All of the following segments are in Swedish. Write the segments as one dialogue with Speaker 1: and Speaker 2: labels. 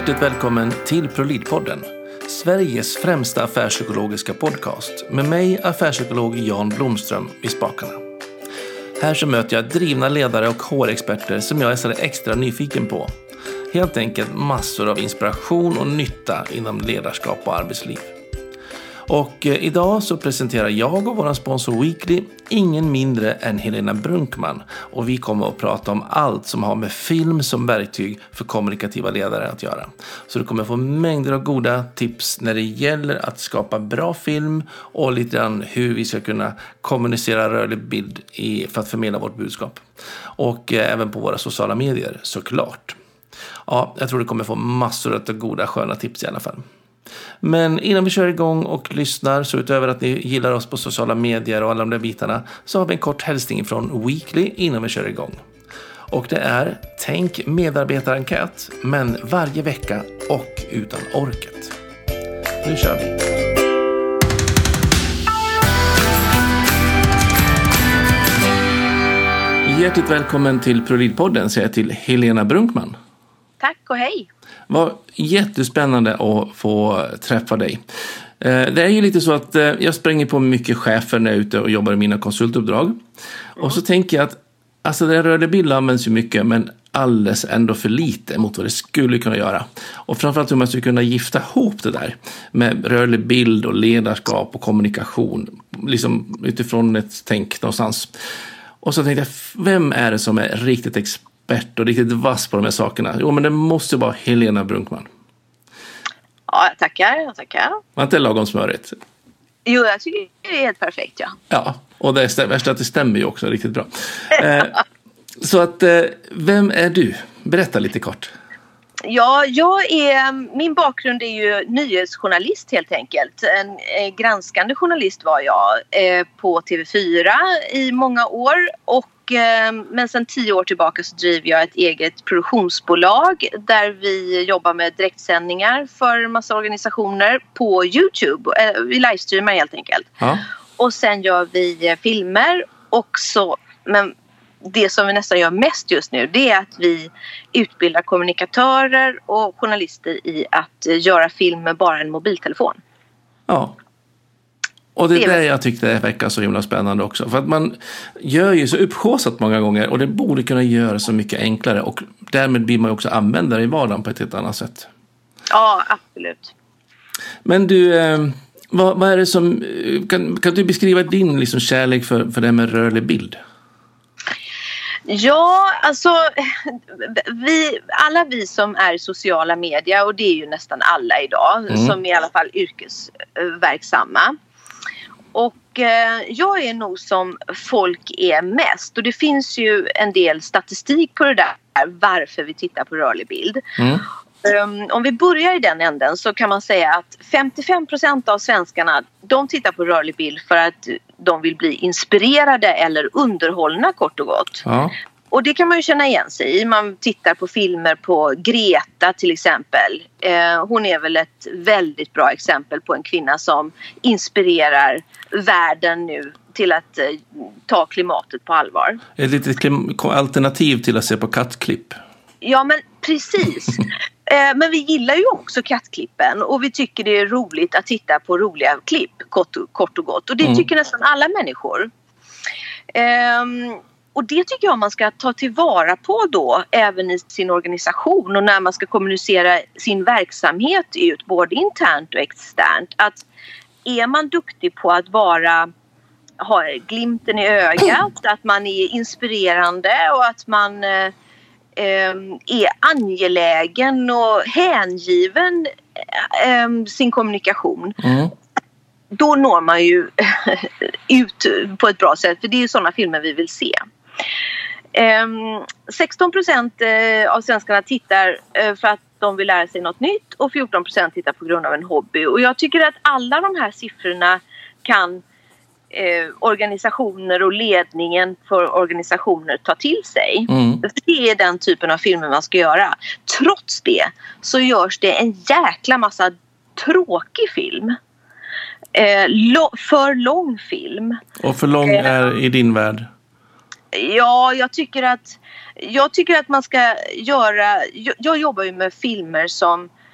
Speaker 1: Hjärtligt välkommen till ProLead-podden, Sveriges främsta affärspsykologiska podcast med mig, affärspsykolog Jan Blomström vid spakarna. Här så möter jag drivna ledare och HR-experter som jag är så extra nyfiken på. Helt enkelt massor av inspiration och nytta inom ledarskap och arbetsliv. Och idag så presenterar jag och vår sponsor Weekly ingen mindre än Helena Brunkman. Och vi kommer att prata om allt som har med film som verktyg för kommunikativa ledare att göra. Så du kommer få mängder av goda tips när det gäller att skapa bra film och lite grann hur vi ska kunna kommunicera rörlig bild för att förmedla vårt budskap. Och även på våra sociala medier såklart. Ja, jag tror du kommer få massor av goda sköna tips i alla fall. Men innan vi kör igång och lyssnar, så utöver att ni gillar oss på sociala medier och alla de där bitarna, så har vi en kort hälsning från Weekly innan vi kör igång. Och det är: tänk medarbetarenkät, men varje vecka och utan orket. Nu kör vi! Hjärtligt välkommen till ProLead-podden, säger jag till Helena Brunkman.
Speaker 2: Tack och hej!
Speaker 1: Vad jättespännande att få träffa dig. Det är ju lite så att jag spränger på mycket chefer när jag är ute och jobbar i mina konsultuppdrag. Och så tänker jag att alltså det rörliga bild används ju mycket, men alldeles ändå för lite mot vad det skulle kunna göra. Och framförallt hur man skulle kunna gifta ihop det där med rörlig bild och ledarskap och kommunikation. Liksom utifrån ett tänk någonstans. Och så tänkte jag, vem är det som är riktigt expert och riktigt vass på de här sakerna? Jo, men det måste vara Helena Brunkman.
Speaker 2: Ja, tackar.
Speaker 1: Var inte lagom smörigt?
Speaker 2: Jo, jag tycker det är helt perfekt, ja.
Speaker 1: Ja, och det är värst att det stämmer ju också riktigt bra. Så att, vem är du? Berätta lite kort.
Speaker 2: Ja, min bakgrund är ju nyhetsjournalist helt enkelt. En granskande journalist var jag på TV4 i många år. Men sedan 10 år tillbaka så driver jag ett eget produktionsbolag där vi jobbar med direktsändningar för massa organisationer på YouTube. Vi livestreamar helt enkelt. Ja. Och sen gör vi filmer också, men det som vi nästan gör mest just nu, det är att vi utbildar kommunikatörer och journalister i att göra film med bara en mobiltelefon. Ja.
Speaker 1: Och det är där jag tyckte det verkar så himla spännande också. För att man gör ju så upphaussat många gånger, och det borde kunna göra så mycket enklare. Och därmed blir man ju också användare i vardagen på ett helt annat sätt.
Speaker 2: Ja, absolut.
Speaker 1: Men du, vad är det som... Kan du beskriva din liksom kärlek för det med rörlig bild?
Speaker 2: Ja, alltså alla vi som är i sociala medier, och det är ju nästan alla idag, som i alla fall yrkesverksamma. Och jag är nog som folk är mest, och det finns ju en del statistik på det där, varför vi tittar på rörlig bild. Om vi börjar i den änden så kan man säga att 55% av svenskarna, de tittar på rörlig bild för att de vill bli inspirerade eller underhållna kort och gott. Ja. Och det kan man ju känna igen sig i. Man tittar på filmer på Greta till exempel. Hon är väl ett väldigt bra exempel på en kvinna som inspirerar världen nu till att ta klimatet på allvar.
Speaker 1: Ett litet alternativ till att se på kattklipp.
Speaker 2: Ja, men precis. Men vi gillar ju också kattklippen, och vi tycker det är roligt att titta på roliga klipp, kort och gott. Och det tycker nästan alla människor. Och det tycker jag man ska ta tillvara på då, även i sin organisation och när man ska kommunicera sin verksamhet ut, både internt och externt. Att är man duktig på att ha glimten i ögat, att man är inspirerande och att man är angelägen och hängiven sin kommunikation, då når man ju ut på ett bra sätt, för det är ju sådana filmer vi vill se. 16% av svenskarna tittar för att de vill lära sig något nytt, och 14% tittar på grund av en hobby. Och jag tycker att alla de här siffrorna kan organisationer och ledningen för organisationer ta till sig. Det är den typen av filmer man ska göra. Trots det så görs det en jäkla massa tråkig film. För lång film.
Speaker 1: Och för lång är i din värld?
Speaker 2: Ja, jag tycker att man ska göra... Jag jobbar ju med filmer som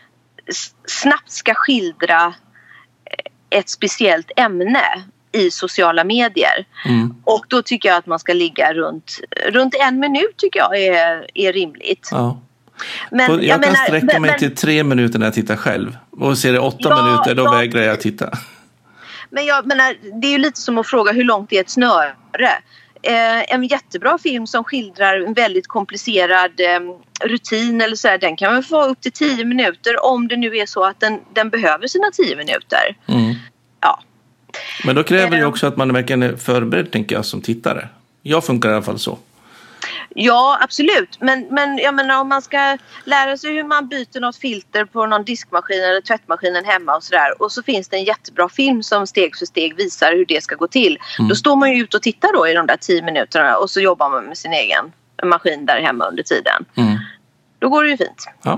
Speaker 2: snabbt ska skildra ett speciellt ämne i sociala medier. Och då tycker jag att man ska ligga runt 1 minut, tycker jag är rimligt.
Speaker 1: Ja. Men jag kan sträcka mig till 3 minuter när jag tittar själv. Och ser det 8 minuter, då vägrar jag titta.
Speaker 2: Men jag menar, det är ju lite som att fråga hur långt är ett snöre. En jättebra film som skildrar en väldigt komplicerad rutin eller så här, den kan man få upp till 10 minuter om det nu är så att den behöver sina 10 minuter. Ja.
Speaker 1: Men då kräver det också att man verkligen är förberedd, tänker jag, som tittare. Jag funkar i alla fall så.
Speaker 2: Ja, absolut. Men jag menar, om man ska lära sig hur man byter något filter på någon diskmaskin eller tvättmaskinen hemma och sådär, och så finns det en jättebra film som steg för steg visar hur det ska gå till. Då står man ju ut och tittar då i de där 10 minuterna och så jobbar man med sin egen maskin där hemma under tiden. Då går det ju fint.
Speaker 1: Ja.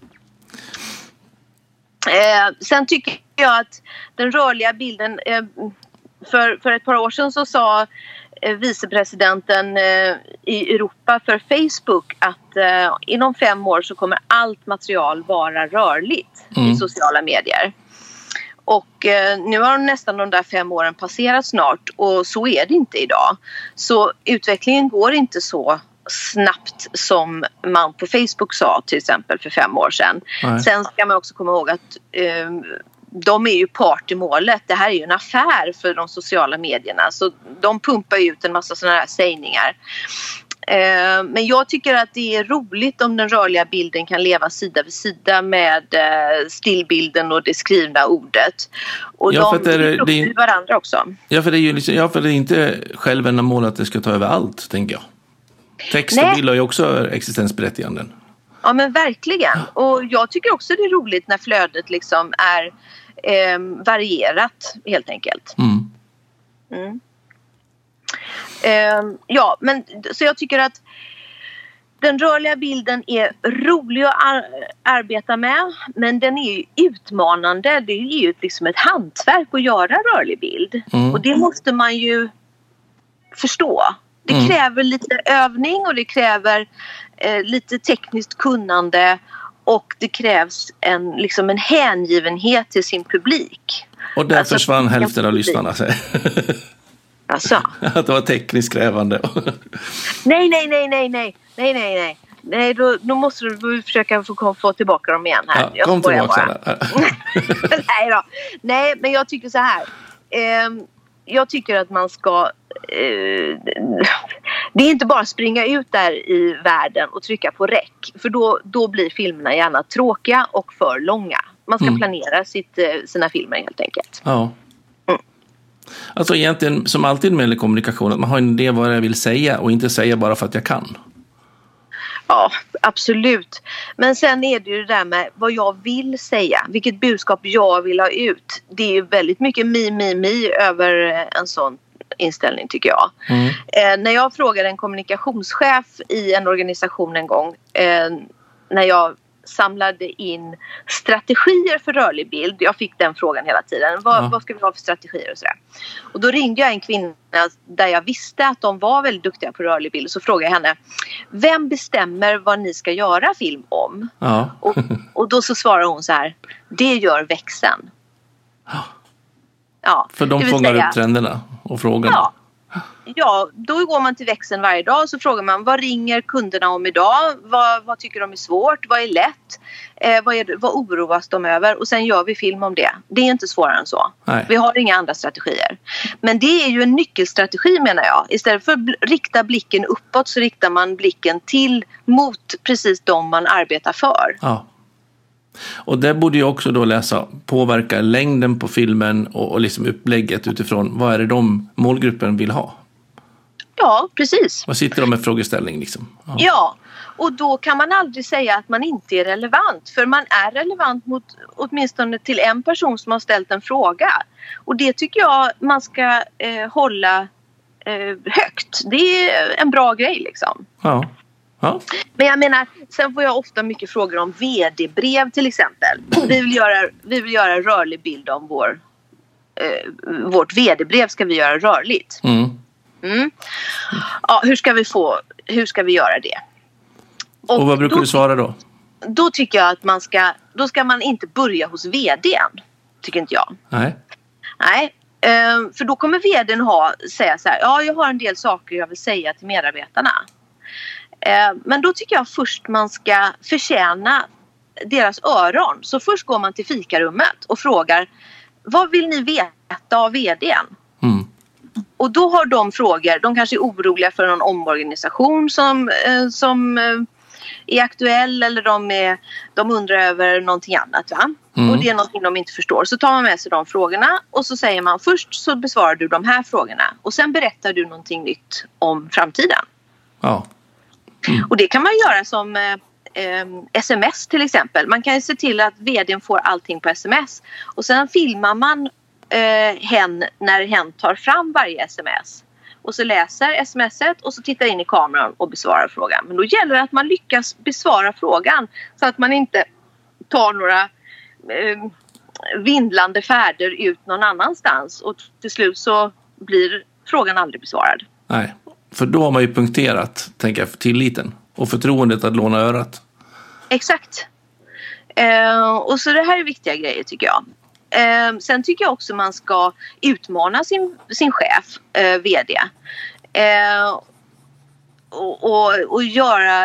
Speaker 2: Sen tycker jag att den rörliga bilden, för ett par år sedan så sa vicepresidenten i Europa för Facebook att inom 5 år så kommer allt material vara rörligt i sociala medier. Och nu har nästan de där 5 åren passerat snart, och så är det inte idag. Så utvecklingen går inte så snabbt som man på Facebook sa till exempel för 5 år sedan. Sen ska man också komma ihåg att de är ju part i målet. Det här är ju en affär för de sociala medierna. Så de pumpar ut en massa sådana här sägningar. Men jag tycker att det är roligt om den rörliga bilden kan leva sida vid sida med stillbilden och det skrivna ordet. Och
Speaker 1: ja,
Speaker 2: de är varandra också.
Speaker 1: Ja, för det är ju liksom, för det är inte självändamål att det ska ta över allt, tänker jag. Text och bild har ju också existensberättiganden. Ja,
Speaker 2: men verkligen. Och jag tycker också det är roligt när flödet liksom är varierat, helt enkelt. Ja, men så jag tycker att den rörliga bilden är rolig att arbeta med, men den är ju utmanande. Det är ju liksom ett hantverk att göra rörlig bild. Och det måste man ju förstå. Det kräver lite övning och det kräver lite tekniskt kunnande, och det krävs en hängivenhet till sin publik.
Speaker 1: Och där försvann hälften av lyssnarna.
Speaker 2: Alltså.
Speaker 1: Att det var tekniskt krävande.
Speaker 2: Nej, då måste du försöka få tillbaka dem igen här.
Speaker 1: Ja, kom tillbaka.
Speaker 2: Nej, men jag tycker så här. Jag tycker att man ska... det är inte bara springa ut där i världen och trycka på räck. För då blir filmerna gärna tråkiga och för långa. Man ska planera sina filmer helt enkelt.
Speaker 1: Ja. Alltså egentligen, som alltid med kommunikation, att man har en idé vad jag vill säga och inte säga bara för att jag kan.
Speaker 2: Ja, absolut. Men sen är det ju det där med vad jag vill säga. Vilket budskap jag vill ha ut. Det är ju väldigt mycket mi över en sån inställning, tycker jag. När jag frågade en kommunikationschef i en organisation en gång, när jag samlade in strategier för rörlig bild. Jag fick den frågan hela tiden. Vad ska vi ha för strategier och sådär. Och då ringde jag en kvinna där jag visste att de var väldigt duktiga på rörlig bild. Så frågade jag henne, vem bestämmer vad ni ska göra film om?
Speaker 1: Ja.
Speaker 2: och då så svarar hon så här, det gör växeln. Ja,
Speaker 1: för de fångar upp trenderna och frågorna.
Speaker 2: Ja, då går man till växeln varje dag och så frågar man, vad ringer kunderna om idag? Vad tycker de är svårt? Vad är lätt? Vad oroas de över? Och sen gör vi film om det. Det är inte svårare än så.
Speaker 1: Nej.
Speaker 2: Vi har inga andra strategier. Men det är ju en nyckelstrategi, menar jag. Istället för att rikta blicken uppåt så riktar man blicken mot precis de man arbetar för.
Speaker 1: Ja. Och det borde ju också då påverka längden på filmen och liksom upplägget utifrån vad är det de målgruppen vill ha.
Speaker 2: Ja, precis.
Speaker 1: Vad sitter de med frågeställning liksom?
Speaker 2: Ja, och då kan man aldrig säga att man inte är relevant. För man är relevant åtminstone till en person som har ställt en fråga. Och det tycker jag man ska hålla högt. Det är en bra grej liksom.
Speaker 1: Ja.
Speaker 2: Men jag menar, sen får jag ofta mycket frågor om vd-brev till exempel. Vi vill göra en rörlig bild om vårt vd-brev ska vi göra rörligt. Ja, hur ska vi göra det?
Speaker 1: Och vad brukar du svara då?
Speaker 2: då tycker jag att då ska man inte börja hos vdn, tycker inte jag. Nej, för då kommer vdn säga så här, ja, jag har en del saker jag vill säga till medarbetarna. Men då tycker jag först man ska förtjäna deras öron. Så först går man till fikarummet och frågar, vad vill ni veta av vdn? Och då har de frågor, de kanske är oroliga för någon omorganisation som är aktuell, eller de undrar över någonting annat, va? Och det är någonting de inte förstår. Så tar man med sig de frågorna och så säger man, först så besvarar du de här frågorna och sen berättar du någonting nytt om framtiden.
Speaker 1: Ja.
Speaker 2: Och det kan man göra som sms till exempel. Man kan ju se till att vdn får allting på sms. Och sen filmar man hen när hen tar fram varje sms. Och så läser smset och så tittar in i kameran och besvarar frågan. Men då gäller det att man lyckas besvara frågan. Så att man inte tar några vindlande färder ut någon annanstans. Och till slut så blir frågan aldrig besvarad.
Speaker 1: Nej, för då har man ju punkterat, tänker jag, för tilliten. Och förtroendet att låna örat.
Speaker 2: Exakt. Och så det här är viktiga grejer, tycker jag. Sen tycker jag också man ska utmana sin chef, vd. Och göra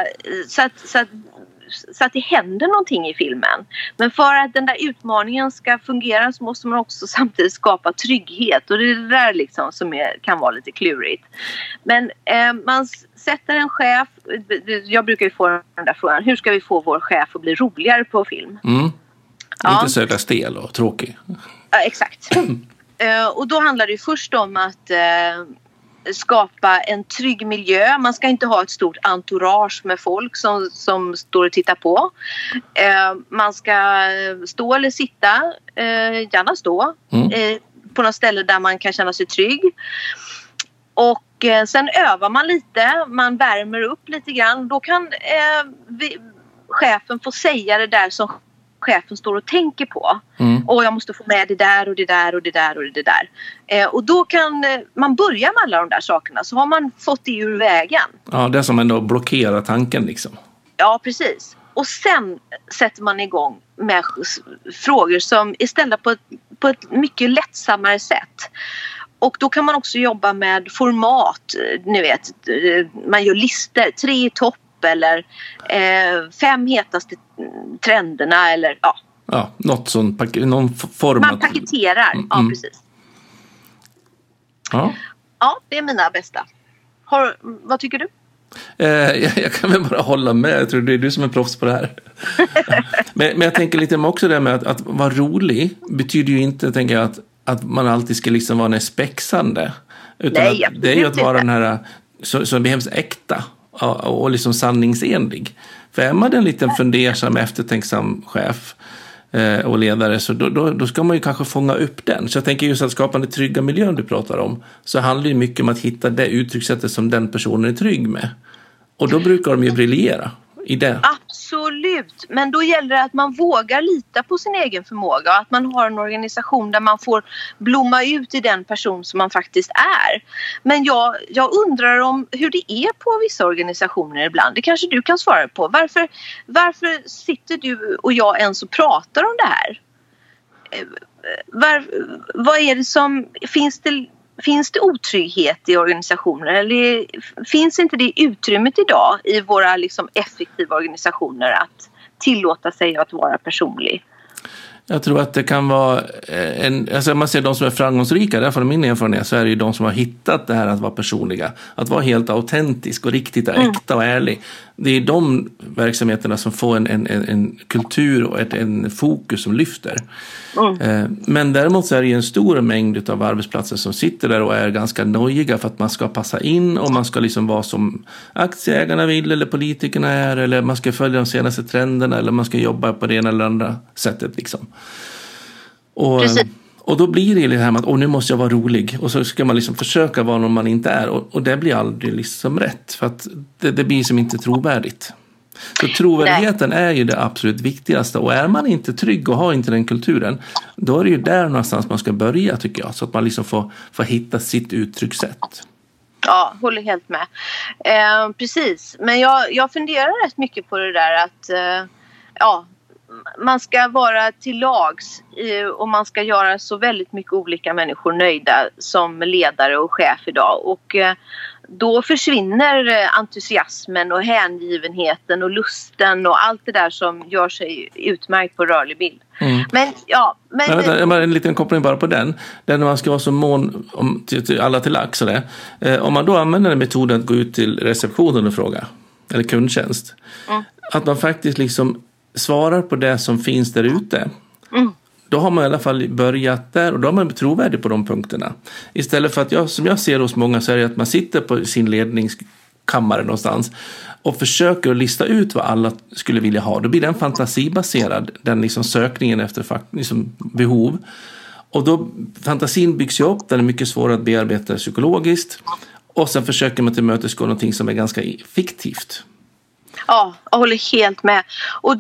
Speaker 2: så att det händer någonting i filmen. Men för att den där utmaningen ska fungera så måste man också samtidigt skapa trygghet. Och det är det där liksom som kan vara lite klurigt. Men man sätter en chef. Jag brukar ju få den där frågan, hur ska vi få vår chef att bli roligare på film?
Speaker 1: Inte söka stel och tråkig.
Speaker 2: Ja, exakt. Och då handlar det först om att skapa en trygg miljö. Man ska inte ha ett stort entourage med folk som står och tittar på. Man ska stå eller sitta, gärna stå, på något ställe där man kan känna sig trygg. Och sen övar man lite, man värmer upp lite grann. Då kan chefen få säga det där som chefen står och tänker på. Och jag måste få med det där och det där och det där och det där. Och då kan man börja med alla de där sakerna. Så har man fått det ur vägen. Ja,
Speaker 1: det som ändå blockerar tanken liksom.
Speaker 2: Ja, precis. Och sen sätter man igång med frågor som är ställda på ett mycket lättsammare sätt. Och då kan man också jobba med format. Ni vet, man gör listor. 3 i topp. Eller 5 hetaste trenderna. Eller,
Speaker 1: ja, något sånt, någon form.
Speaker 2: Man paketerar, ja precis.
Speaker 1: Ja,
Speaker 2: det är mina bästa. Vad tycker du?
Speaker 1: Jag kan väl bara hålla med. Jag tror det är du som är proffs på det här. men jag tänker lite också det med att vara rolig betyder ju inte, tänker jag, att man alltid ska liksom vara spexande. Utan nej, att det är ju att vara den här som behövs äkta och liksom sanningsenlig. För är man en liten fundersam, eftertänksam chef och ledare, så då ska man ju kanske fånga upp den. Så jag tänker just att skapa den trygga miljön du pratar om, så handlar det mycket om att hitta det uttryckssättet som den personen är trygg med. Och då brukar de ju briljera i det.
Speaker 2: Absolut, men då gäller det att man vågar lita på sin egen förmåga och att man har en organisation där man får blomma ut i den person som man faktiskt är. Men jag undrar om hur det är på vissa organisationer ibland. Det kanske du kan svara på. Varför sitter du och jag ens och pratar om det här? Vad är det som... Finns det otrygghet i organisationer, eller finns inte det utrymmet idag i våra liksom effektiva organisationer att tillåta sig att vara personlig?
Speaker 1: Jag tror att det kan vara alltså man ser de som är framgångsrika, därför min erfarenhet, så är det ju de som har hittat det här att vara personliga, att vara helt autentisk och riktigt äkta och ärlig. Det är de verksamheterna som får en kultur och en fokus som lyfter. Men däremot så är det ju en stor mängd av arbetsplatser som sitter där och är ganska nojiga för att man ska passa in och man ska liksom vara som aktieägarna vill eller politikerna är, eller man ska följa de senaste trenderna, eller man ska jobba på det ena eller andra sättet liksom. Och då blir det här med att nu måste jag vara rolig, och så ska man liksom försöka vara någon man inte är, och det blir aldrig liksom rätt, för att det blir som inte trovärdigt. Så trovärdigheten är ju det absolut viktigaste, och är man inte trygg och har inte den kulturen, då är det ju där någonstans man ska börja, tycker jag, så att man liksom får hitta sitt uttryckssätt.
Speaker 2: Ja, håller helt med. Precis, men jag funderar rätt mycket på det där att man ska vara till lags och man ska göra så väldigt mycket olika människor nöjda som ledare och chef idag. Och då försvinner entusiasmen och hängivenheten och lusten och allt det där som gör sig utmärkt på rörlig bild. Men vänta,
Speaker 1: en liten koppling bara på den. Där man ska vara så mån om alla till lax. Om man då använder den metoden att gå ut till receptionen och fråga, eller kundtjänst, att man faktiskt liksom svarar på det som finns där ute. Då har man i alla fall börjat där och då har man trovärdig på de punkterna. Istället för att som jag ser hos många så är det att man sitter på sin ledningskammare någonstans och försöker att lista ut vad alla skulle vilja ha. Då blir den fantasibaserad, den liksom sökningen efter liksom behov. Och då fantasin byggs ju upp, den är mycket svårare att bearbeta psykologiskt. Och sen försöker man tillmötesgå någonting som är ganska fiktivt.
Speaker 2: Ja, jag håller helt med. Och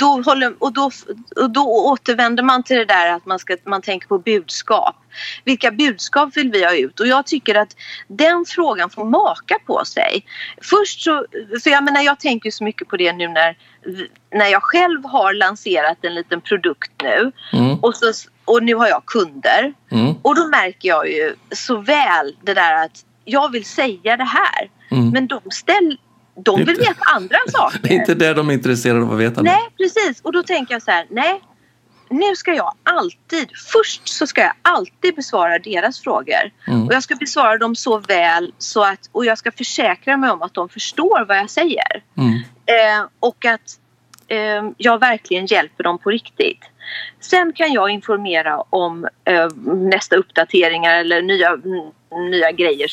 Speaker 2: då återvänder man till det där att man tänker på budskap. Vilka budskap vill vi ha ut? Och jag tycker att den frågan får maka på sig. Först så, för jag tänker så mycket på det nu när jag själv har lanserat en liten produkt nu. Och nu har jag kunder. Och då märker jag ju så väl det där att jag vill säga det här. Men de vill veta andra saker.
Speaker 1: Det är inte det de är intresserade av att veta.
Speaker 2: Nej, precis. Och då tänker jag så här, nu ska jag först så ska jag alltid besvara deras frågor. Och jag ska besvara dem så väl och jag ska försäkra mig om att de förstår vad jag säger. Och att jag verkligen hjälper dem på riktigt. Sen kan jag informera om nästa uppdateringar eller nya grejer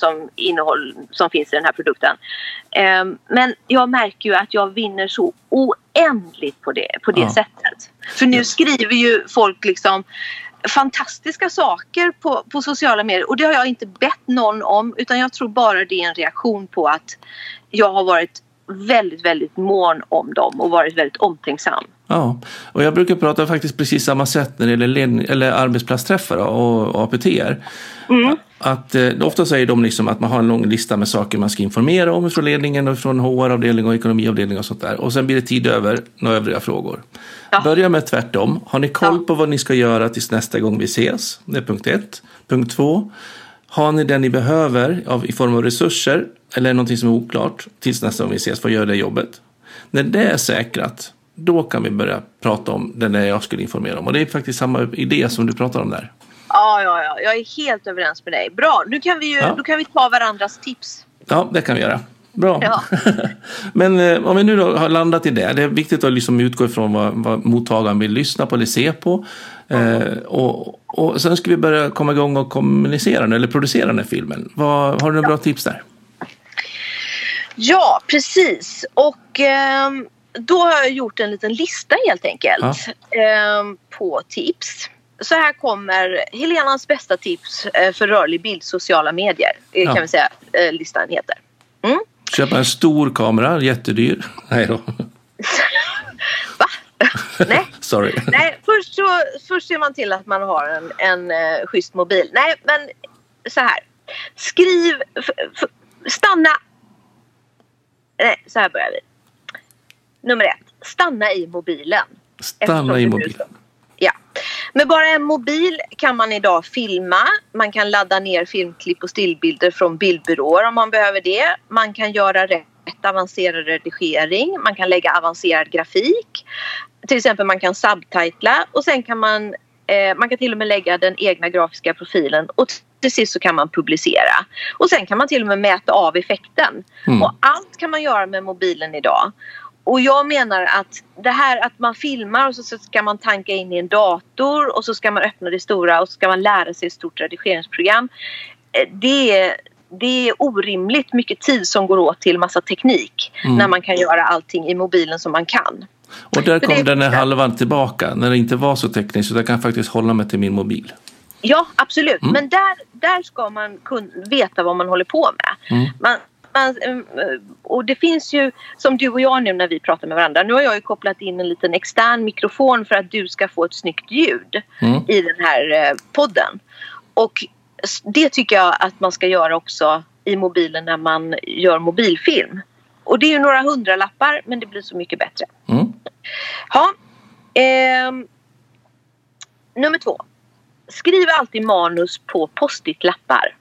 Speaker 2: som finns i den här produkten. Men jag märker ju att jag vinner så oändligt på det sättet. För nu skriver ju folk liksom fantastiska saker på sociala medier. Och det har jag inte bett någon om, utan jag tror bara det är en reaktion på att jag har varit väldigt, väldigt mån om dem och varit väldigt omtänksam.
Speaker 1: Ja, och jag brukar prata faktiskt precis samma sätt när det gäller arbetsplatsträffar och APT:er. Att ofta säger de liksom att man har en lång lista med saker man ska informera om från ledningen och från HR-avdelning och ekonomiavdelning och sånt där. Och sen blir det tid över några övriga frågor. Börja med tvärtom. Har ni koll på vad ni ska göra tills nästa gång vi ses? Det är punkt 1. Punkt 2. Har ni det ni behöver i form av resurser eller någonting som är oklart tills nästa gång vi ses för att göra det jobbet? När det är säkrat, då kan vi börja prata om det där jag skulle informera om. Och det är faktiskt samma idé som du pratar om där.
Speaker 2: Ja, jag är helt överens med dig. Bra, då kan vi ta varandras tips.
Speaker 1: Ja, det kan vi göra. Bra. Ja. Men om vi nu då har landat i det är viktigt att liksom utgå ifrån vad mottagaren vill lyssna på eller se på. Och sen ska vi börja komma igång och kommunicera eller producera den här filmen. Har du några bra tips där?
Speaker 2: Ja, precis. Och då har jag gjort en liten lista helt enkelt på tips. Så här kommer Helenas bästa tips för rörlig bild, sociala medier. Kan vi säga listan heter.
Speaker 1: Köpa en stor kamera, jättedyr. Nej då.
Speaker 2: Va? Nej.
Speaker 1: Sorry. Nej,
Speaker 2: först ser man till att man har en schysst mobil. Nej, men så här. Skriv, stanna. Nej, så här börjar vi. Nummer 1. Stanna i mobilen.
Speaker 1: Stanna i mobilen.
Speaker 2: Ja. Med bara en mobil kan man idag filma. Man kan ladda ner filmklipp och stillbilder från bildbyråer om man behöver det. Man kan göra rätt avancerad redigering. Man kan lägga avancerad grafik. Till exempel man kan subtitla. Och sen kan man kan till och med lägga den egna grafiska profilen. Och till sist så kan man publicera. Och sen kan man till och med mäta av effekten. Och allt kan man göra med mobilen idag. Och jag menar att det här att man filmar och så ska man tanka in i en dator och så ska man öppna det stora och så ska man lära sig ett stort redigeringsprogram. Det är orimligt mycket tid som går åt till massa teknik när man kan göra allting i mobilen som man kan.
Speaker 1: Och där kom den här halvan tillbaka när det inte var så tekniskt så jag kan faktiskt hålla mig till min mobil.
Speaker 2: Ja, absolut. Men där ska man veta vad man håller på med. Och det finns ju, som du och jag nu när vi pratar med varandra, nu har jag ju kopplat in en liten extern mikrofon för att du ska få ett snyggt ljud i den här podden. Och det tycker jag att man ska göra också i mobilen när man gör mobilfilm. Och det är ju några hundralappar, men det blir så mycket bättre. Ja. Nummer 2. Skriv alltid manus på post-it-lappar.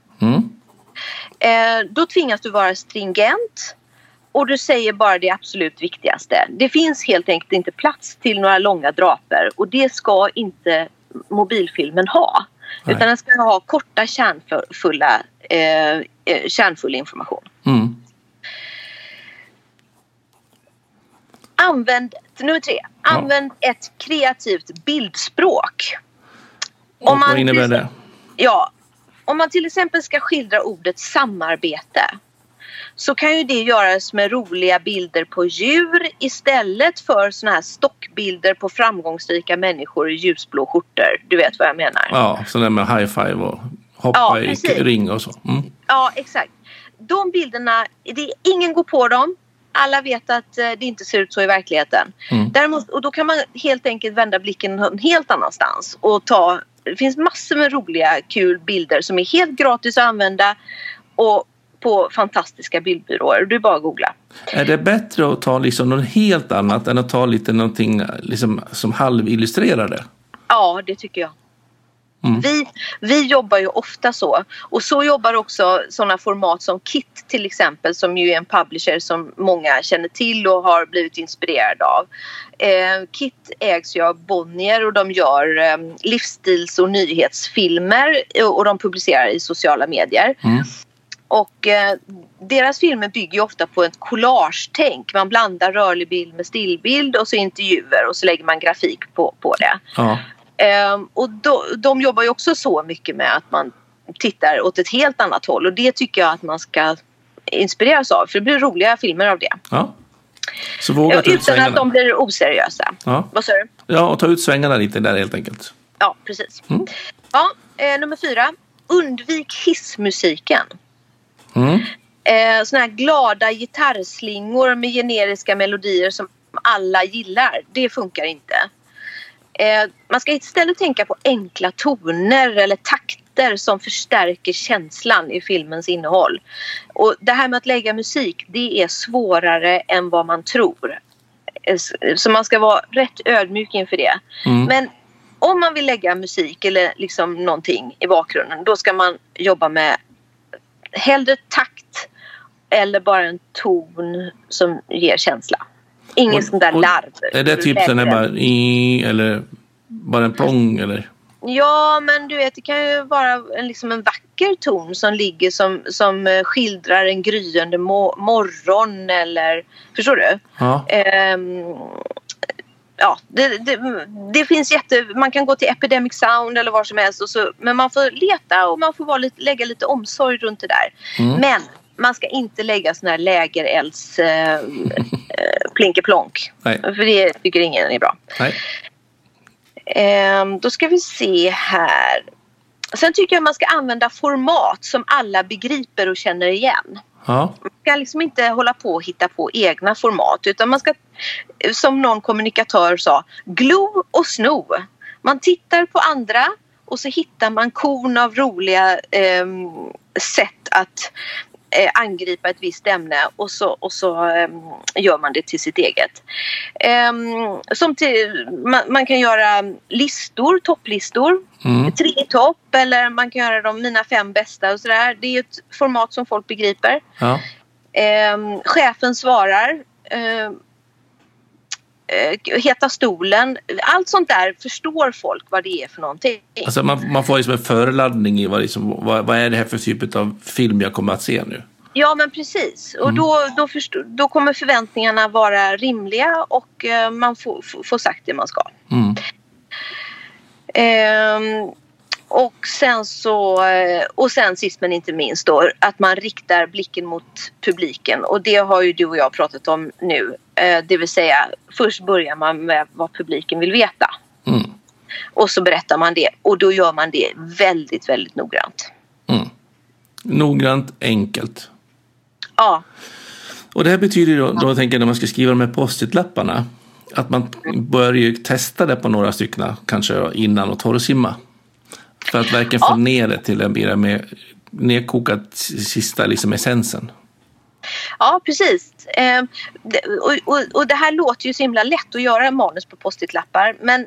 Speaker 2: Då tvingas du vara stringent och du säger bara det absolut viktigaste. Det finns helt enkelt inte plats till några långa draper och det ska inte mobilfilmen ha. Nej. Utan den ska ha korta kärnfull information. Nummer 3. Använd ett kreativt bildspråk.
Speaker 1: Vad innebär det?
Speaker 2: Ja, om man till exempel ska skildra ordet samarbete så kan ju det göras med roliga bilder på djur istället för såna här stockbilder på framgångsrika människor i ljusblå skjortor. Du vet vad jag menar.
Speaker 1: Ja, sådär med high five och hoppa i ring och så.
Speaker 2: Ja, exakt. De bilderna, ingen går på dem. Alla vet att det inte ser ut så i verkligheten. Däremot, och då kan man helt enkelt vända blicken någon helt annanstans och det finns massor med roliga, kul bilder som är helt gratis att använda och på fantastiska bildbyråer. Du bara googla.
Speaker 1: Är det bättre att ta liksom något helt annat än att ta lite någonting liksom som halvillustrerar det?
Speaker 2: Ja, det tycker jag. Vi jobbar ju ofta så. Och så jobbar också sådana format som Kit till exempel, som ju är en publisher som många känner till och har blivit inspirerad av. Kit ägs ju av Bonnier och de gör livsstils- och nyhetsfilmer och de publicerar i sociala medier. Och deras filmer bygger ju ofta på ett collage-tänk. Man blandar rörlig bild med stillbild och så intervjuer och så lägger man grafik på det. Ja. Och de jobbar ju också så mycket med att man tittar åt ett helt annat håll. Och det tycker jag att man ska inspireras av. För det blir roliga filmer av det. Ja.
Speaker 1: Så våga ta ut
Speaker 2: utan att de blir oseriösa.
Speaker 1: Ja.
Speaker 2: Vad sa du?
Speaker 1: Ja, och ta ut svängarna lite där helt enkelt.
Speaker 2: Ja, precis. Ja, nummer 4. Undvik hissmusiken. Såna här glada gitarrslingor med generiska melodier som alla gillar. Det funkar inte. Man ska istället tänka på enkla toner eller takter som förstärker känslan i filmens innehåll. Och det här med att lägga musik, det är svårare än vad man tror. Så man ska vara rätt ödmjuk inför det. Men om man vill lägga musik eller liksom någonting i bakgrunden, då ska man jobba med hellre takt eller bara en ton som ger känsla. Ingen sån där larv.
Speaker 1: Är det typ den är bara eller bara en plång eller?
Speaker 2: Ja, men du vet, det kan ju vara en vacker ton som ligger som skildrar en gryende morgon eller, förstår du? Ja. Ja, det finns man kan gå till Epidemic Sound eller var som helst men man får leta och man får lägga lite omsorg runt det där. Men man ska inte lägga sån här lägerelds plinkeplonk. För det tycker ingen är bra. Nej. Då ska vi se här. Sen tycker jag man ska använda format som alla begriper och känner igen. Ja. Man ska liksom inte hålla på och hitta på egna format, utan man ska, som någon kommunikatör sa, glo och sno. Man tittar på andra och så hittar man korn av roliga sätt att angripa ett visst ämne och så gör man det till sitt eget. Man kan göra listor, topplistor, 3 topp, eller man kan göra mina 5 bästa och sådär. Det är ett format som folk begriper. Ja. Chefen svarar. Heta stolen. Allt sånt där förstår folk vad det är för någonting.
Speaker 1: Alltså man får liksom en förladdning i vad är det här för typ av film jag kommer att se nu.
Speaker 2: Ja, men precis. Och då kommer förväntningarna vara rimliga och man får sagt det man ska. Och sen sist men inte minst då, att man riktar blicken mot publiken. Och det har ju du och jag pratat om nu. Det vill säga, först börjar man med vad publiken vill veta. Och så berättar man det. Och då gör man det väldigt, väldigt noggrant.
Speaker 1: Noggrant, enkelt.
Speaker 2: Ja.
Speaker 1: Och det här betyder då tänker jag, när man ska skriva de här post-it-lapparna, att man börjar ju testa det på några stycken kanske innan och torrsimma. För att verkligen få ner det till en mer nedkokat sista liksom essensen.
Speaker 2: Ja, precis. Och det här låter ju så himla lätt att göra manus på post-it-lappar. Men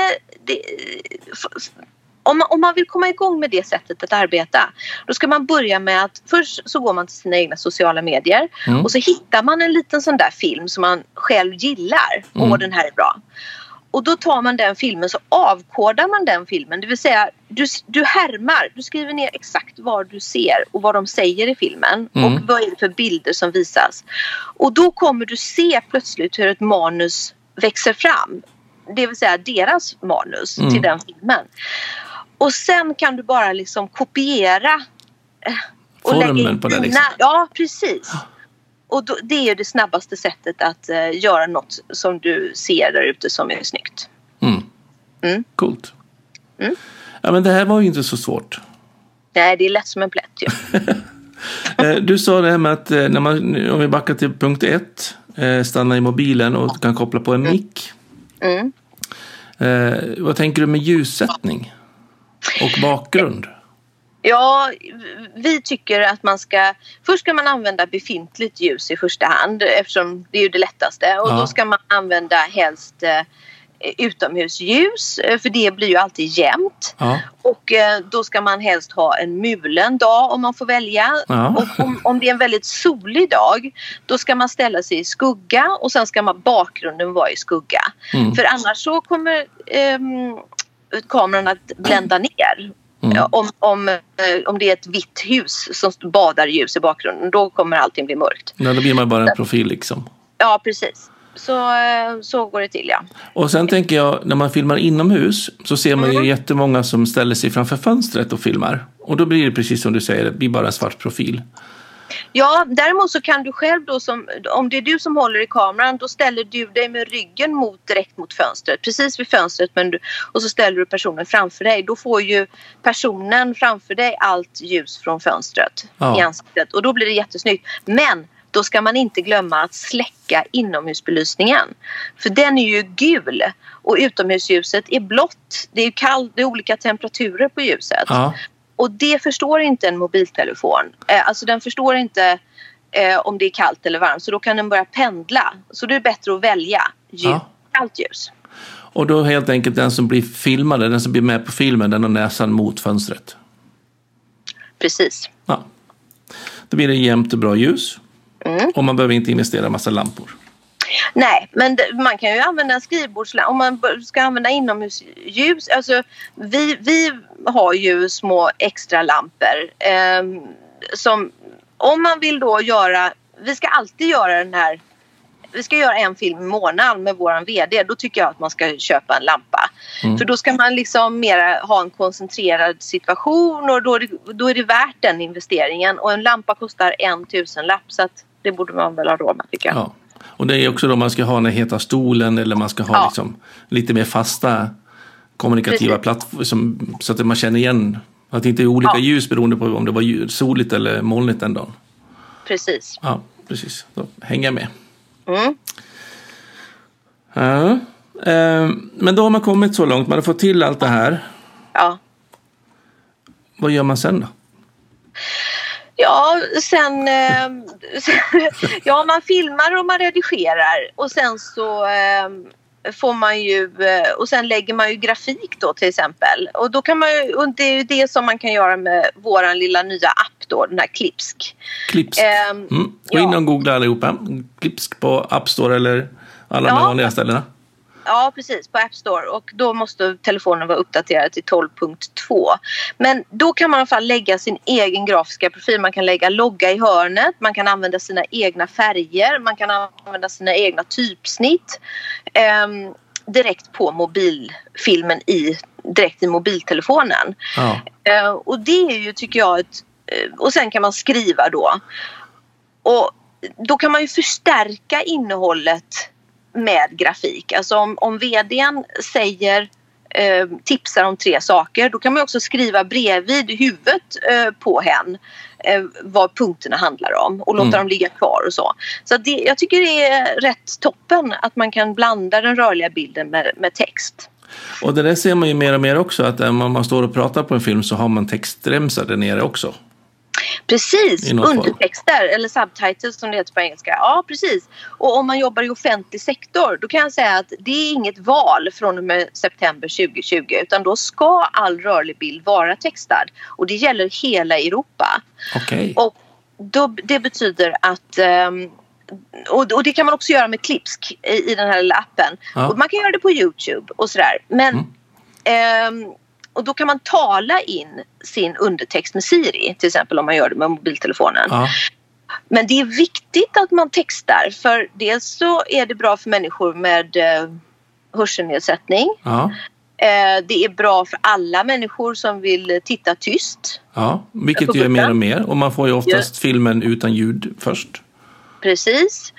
Speaker 2: om man vill komma igång med det sättet att arbeta, då ska man börja med att först så går man till sina egna sociala medier och så hittar man en liten sån där film som man själv gillar. Den här är bra. Och då tar man den filmen, så avkodar man den filmen. Det vill säga, du härmar, du skriver ner exakt vad du ser och vad de säger i filmen. Och vad är det för bilder som visas. Och då kommer du se plötsligt hur ett manus växer fram. Det vill säga deras manus till den filmen. Och sen kan du bara liksom kopiera och
Speaker 1: formen
Speaker 2: lägga in
Speaker 1: på det liksom.
Speaker 2: Ja, precis. Och det är ju det snabbaste sättet att göra något som du ser där ute som är snyggt.
Speaker 1: Coolt. Ja, men det här var ju inte så svårt.
Speaker 2: Nej, det är lätt som en plätt ju.
Speaker 1: Du sa det här med att om vi backar till punkt 1, stanna i mobilen och kan koppla på en mick. Vad tänker du med ljussättning och bakgrund?
Speaker 2: Ja, vi tycker att först ska man använda befintligt ljus i första hand, eftersom det är ju det lättaste. Och då ska man använda helst utomhusljus, för det blir ju alltid jämnt. Och då ska man helst ha en mulen dag om man får välja. Och om det är en väldigt solig dag, då ska man ställa sig i skugga och sen ska bakgrunden vara i skugga. För annars så kommer kameran att blända ner. Om det är ett vitt hus som badar ljus i bakgrunden, då kommer allting bli mörkt.
Speaker 1: Ja, då blir man bara en profil liksom.
Speaker 2: Ja, precis. Så går det till, ja.
Speaker 1: Och sen tänker jag, när man filmar inomhus så ser man ju jättemånga som ställer sig framför fönstret och filmar. Och då blir det precis som du säger, det blir bara en svart profil.
Speaker 2: Ja, däremot så kan du själv då, om det är du som håller i kameran, då ställer du dig med ryggen direkt mot fönstret, precis vid fönstret, och så ställer du personen framför dig. Då får ju personen framför dig allt ljus från fönstret i ansiktet, och då blir det jättesnyggt. Men då ska man inte glömma att släcka inomhusbelysningen, för den är ju gul och utomhusljuset är blått. Det är kallt, det är olika temperaturer på ljuset. Och det förstår inte en mobiltelefon. Alltså den förstår inte om det är kallt eller varmt. Så då kan den börja pendla. Så det är bättre att välja kallt ljus.
Speaker 1: Och då helt enkelt den som blir filmad, den som blir med på filmen, den har näsan mot fönstret.
Speaker 2: Precis.
Speaker 1: Ja. Då blir det jämnt och bra ljus. Och man behöver inte investera en massa lampor.
Speaker 2: Nej, men man kan ju använda en skrivbordslampa om man ska använda inomhusljus. Alltså, vi har ju små extra lampor som, om man vill då göra, vi ska alltid göra vi ska göra en film i månaden med våran vd. Då tycker jag att man ska köpa en lampa. För då ska man liksom mera ha en koncentrerad situation, och då är det värt den investeringen. Och en lampa kostar 1 000-lapp, så att det borde man väl ha råd med, tycker jag. Ja.
Speaker 1: Och det är också då man ska ha den heta stolen, eller man ska ha liksom lite mer fasta kommunikativa plattformar, så att man känner igen att det inte är olika ljus beroende på om det var soligt eller molnigt en dag.
Speaker 2: Precis.
Speaker 1: Ja, precis. Då hänger jag med. Ja. Men då har man kommit så långt, man har fått till allt det här.
Speaker 2: Ja.
Speaker 1: Vad gör man sen då?
Speaker 2: Ja, sen man filmar och man redigerar, och sen så får man ju, och sen lägger man ju grafik då till exempel, och då kan man ju, och det är ju det som man kan göra med våran lilla nya app då, den här Klipsk.
Speaker 1: Gå in och googla allihopa. Klipsk på App Store eller alla de vanliga ställena. Ja,
Speaker 2: precis, på App Store, och då måste telefonen vara uppdaterad till 12.2. Men då kan man i alla fall lägga sin egen grafiska profil. Man kan lägga logga i hörnet, man kan använda sina egna färger, man kan använda sina egna typsnitt direkt på mobilfilmen, direkt i mobiltelefonen. Och det är ju, tycker jag, och sen kan man skriva då. Och då kan man ju förstärka innehållet med grafik. Alltså om vdn tipsar om 3 saker, då kan man också skriva bredvid huvudet på hen vad punkterna handlar om, och låta dem ligga kvar och så. Så jag tycker det är rätt toppen att man kan blanda den rörliga bilden med text.
Speaker 1: Och det där ser man ju mer och mer också, att när man står och pratar på en film så har man textremsar där nere också.
Speaker 2: Precis, undertexter eller subtitles som det heter på engelska. Ja, precis. Och om man jobbar i offentlig sektor, då kan jag säga att det är inget val från och med september 2020, utan då ska all rörlig bild vara textad. Och det gäller hela Europa.
Speaker 1: Okej.
Speaker 2: Och det betyder att... Och det kan man också göra med Klipsk i den här lilla appen. Ja. Och man kan göra det på YouTube och sådär. Men... och då kan man tala in sin undertext med Siri, till exempel om man gör det med mobiltelefonen. Ja. Men det är viktigt att man textar, för dels så är det bra för människor med hörselnedsättning. Ja. Det är bra för alla människor som vill titta tyst.
Speaker 1: Ja, vilket gör mer och mer. Och man får ju oftast filmen utan ljud först.
Speaker 2: Precis.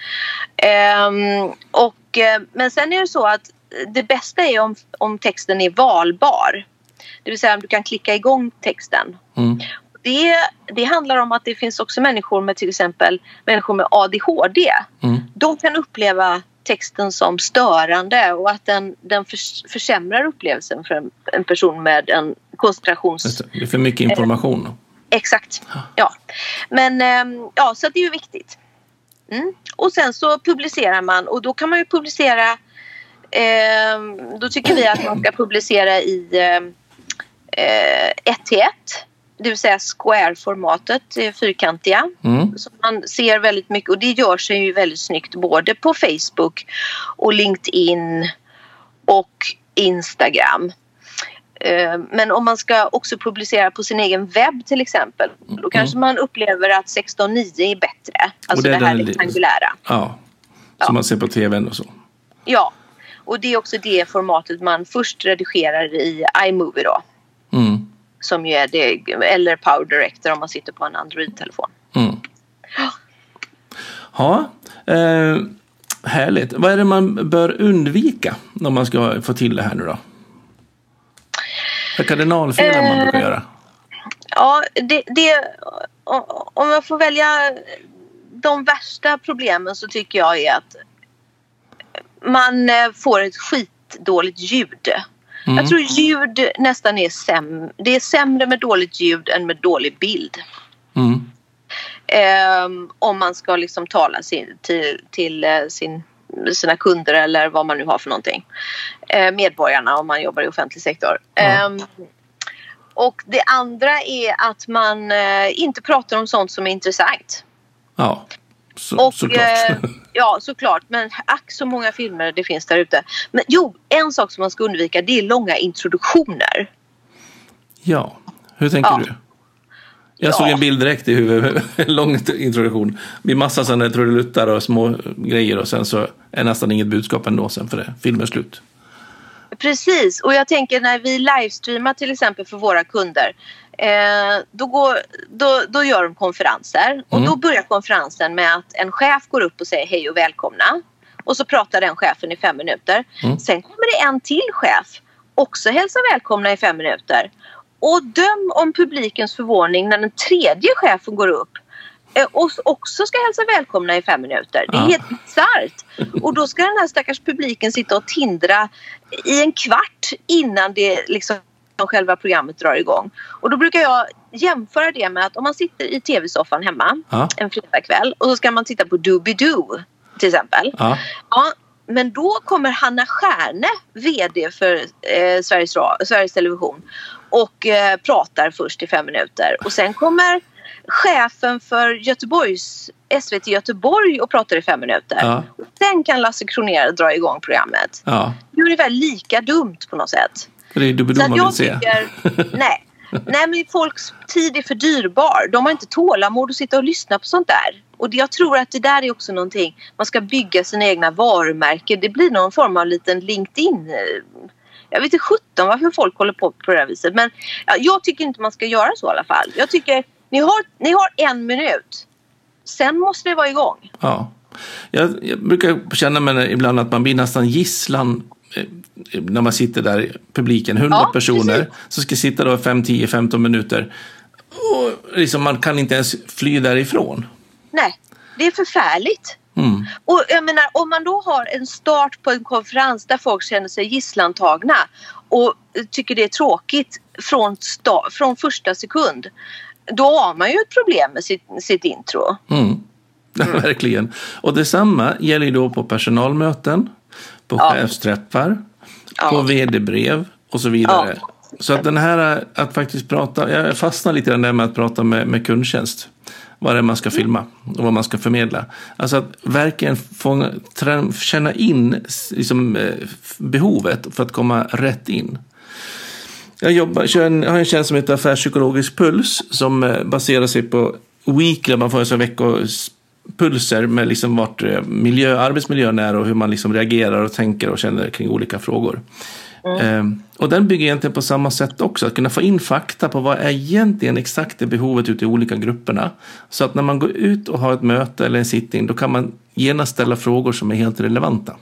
Speaker 2: Men sen är det så att det bästa är om texten är valbar. Det vill säga om du kan klicka igång texten. Mm. Det handlar om att det finns också människor med till exempel människor med ADHD. Mm. De kan uppleva texten som störande och att den försämrar upplevelsen för en person med en koncentrations...
Speaker 1: Det är för mycket information.
Speaker 2: Exakt, ja. Men så det är ju viktigt. Mm. Och sen så publicerar man, och då kan man ju publicera... då tycker vi att man ska publicera i 1:1, det vill säga square-formatet, fyrkantiga. Så man ser väldigt mycket, och det gör sig ju väldigt snyggt både på Facebook och LinkedIn och Instagram. Men om man ska också publicera på sin egen webb till exempel, då kanske man upplever att 16:9 är bättre. Alltså det här rektangulära.
Speaker 1: Ja, som man ser på tvn och så.
Speaker 2: Ja. Och det är också det formatet man först redigerar i iMovie då. Mm. Som ju är det, eller Power Director om man sitter på en Android-telefon. Mm.
Speaker 1: Ja, härligt. Vad är det man bör undvika när man ska få till det här nu då? Vad kardinalfel man brukar göra?
Speaker 2: Ja, om jag får välja de värsta problemen, så tycker jag är att man får ett skitdåligt ljud. Mm. Jag tror ljud nästan är sämre. Det är sämre med dåligt ljud än med dålig bild. Mm. Om man ska liksom tala till sina kunder eller vad man nu har för någonting. Medborgarna om man jobbar i offentlig sektor. Och det andra är att man inte pratar om sånt som är intressant.
Speaker 1: Ja. Såklart.
Speaker 2: Ja, såklart. Men så många filmer det finns där ute. Men en sak som man ska undvika, det är långa introduktioner.
Speaker 1: Ja, hur tänker du? Jag såg en bild direkt i huvudet, en lång introduktion. Med massa sådana trudeluttar och små grejer, och sen så är nästan inget budskap ändå sen för det. Filmen är slut.
Speaker 2: Precis, och jag tänker när vi livestreamar till exempel för våra kunder, då gör de konferenser. Och då börjar konferensen med att en chef går upp och säger hej och välkomna. Och så pratar den chefen i 5 minuter. Sen kommer det en till chef, också hälsa välkomna i 5 minuter. Och döm om publikens förvåning när den tredje chefen går upp och också ska hälsa välkomna i 5 minuter. Det är helt bizarrt. Och då ska den här stackars publiken sitta och tindra i en kvart innan det liksom själva programmet drar igång. Och då brukar jag jämföra det med att om man sitter i tv-soffan hemma en fredagkväll och så ska man titta på Doobie-Doo till exempel. Ja, men då kommer Hanna Stjärne, vd för Sveriges Television, och pratar först i 5 minuter. Och sen kommer chefen för SVT Göteborg och pratar i 5 minuter. Ja. Och sen kan Lasse Kronér dra igång programmet. Ja. Det är ungefär lika dumt på något sätt.
Speaker 1: För det är dubbelt man vill se.
Speaker 2: Nej, men folks tid är för dyrbar. De har inte tålamod att sitta och lyssna på sånt där. Och jag tror att det där är också någonting. Man ska bygga sina egna varumärken. Det blir någon form av liten LinkedIn. Jag vet inte 17 varför folk håller på det här viset. Men jag tycker inte man ska göra så i alla fall. Jag tycker ni har 1 minut. Sen måste det vara igång. Ja.
Speaker 1: Jag brukar känna mig ibland att man blir nästan gisslan när man sitter där i publiken. 100 personer. Precis. Så ska sitta då 5, 10, 15 minuter. Och liksom man kan inte ens fly därifrån. Nej, det är förfärligt. Mm. Och jag menar, om man då har en start på en konferens där folk känner sig gisslantagna och tycker det är tråkigt från första sekund,
Speaker 2: då har man ju ett problem med sitt intro.
Speaker 1: Verkligen. Och detsamma gäller ju då på personalmöten, på chefsträffar, på vd-brev och så vidare. Ja. Så att den här att faktiskt prata, jag fastnar lite där med att prata med kundtjänst. Vad det är man ska filma och vad man ska förmedla. Alltså att verkligen känna in liksom, behovet för att komma rätt in. Jag har en tjänst som heter Affärspsykologisk puls som baserar sig på weekly, man får en veckors pulser med liksom vart arbetsmiljön är och hur man liksom reagerar och tänker och känner kring olika frågor. Och den bygger egentligen på samma sätt också, att kunna få in fakta på vad är egentligen exakt det behovet ute i olika grupperna, så att när man går ut och har ett möte eller en sitting, då kan man genast ställa frågor som är helt relevanta,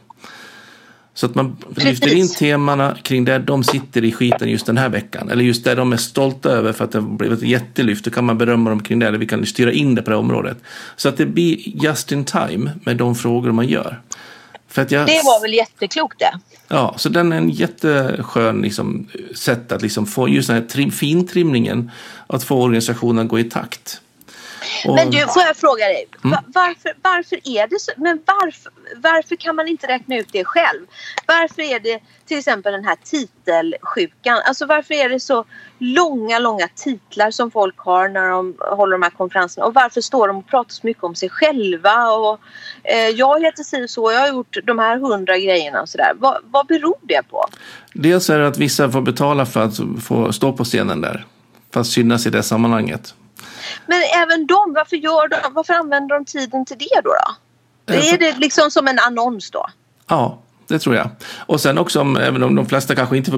Speaker 1: så att man lyfter in temana kring där de sitter i skiten just den här veckan, eller just där de är stolta över för att det har blivit ett jättelyft, då kan man berömma dem kring det, eller vi kan styra in det på det området, så att det blir just in time med de frågor man gör. För att det
Speaker 2: var väl jätteklokt det.
Speaker 1: Ja, så den är en jätteskön liksom, sätt att liksom få just den här fintrimningen, att få organisationen att gå i takt.
Speaker 2: Men du, får jag fråga dig, varför är det så, men varför kan man inte räkna ut det själv? Varför är det till exempel den här titelsjukan, alltså varför är det så långa titlar som folk har när de håller de här konferenserna, och varför står de och pratar så mycket om sig själva och jag heter så, jag har gjort de här 100 grejerna och sådär. Vad beror det på? Dels är det att vissa får betala för att få stå på scenen där, för att synas i det sammanhanget. Men även varför använder de tiden till det då? Är det liksom som en annons då? Ja, det tror jag. Och sen också, även om de flesta kanske inte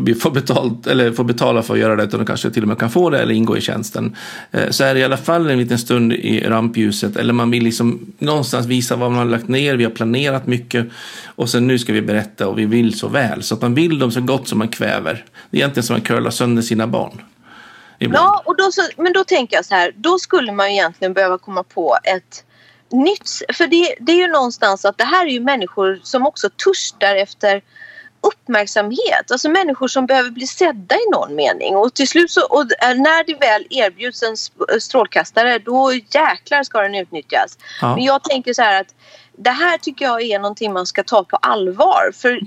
Speaker 2: får betala för att göra det, utan de kanske till och med kan få det eller ingå i tjänsten, så är det i alla fall en liten stund i rampljuset, eller man vill liksom någonstans visa vad man har lagt ner, vi har planerat mycket och sen nu ska vi berätta och vi vill så väl, så att man vill dem så gott som man kväver. Det är egentligen som att curla sönder sina barn. Ibland. Ja, och men då tänker jag så här, då skulle man egentligen behöva komma på ett nytt, för det är ju någonstans att det här är ju människor som också törstar efter uppmärksamhet, alltså människor som behöver bli sedda i någon mening, och till slut och när det väl erbjuds en strålkastare, då jäklar ska den utnyttjas. Ja. Men jag tänker så här att det här tycker jag är någonting man ska ta på allvar, för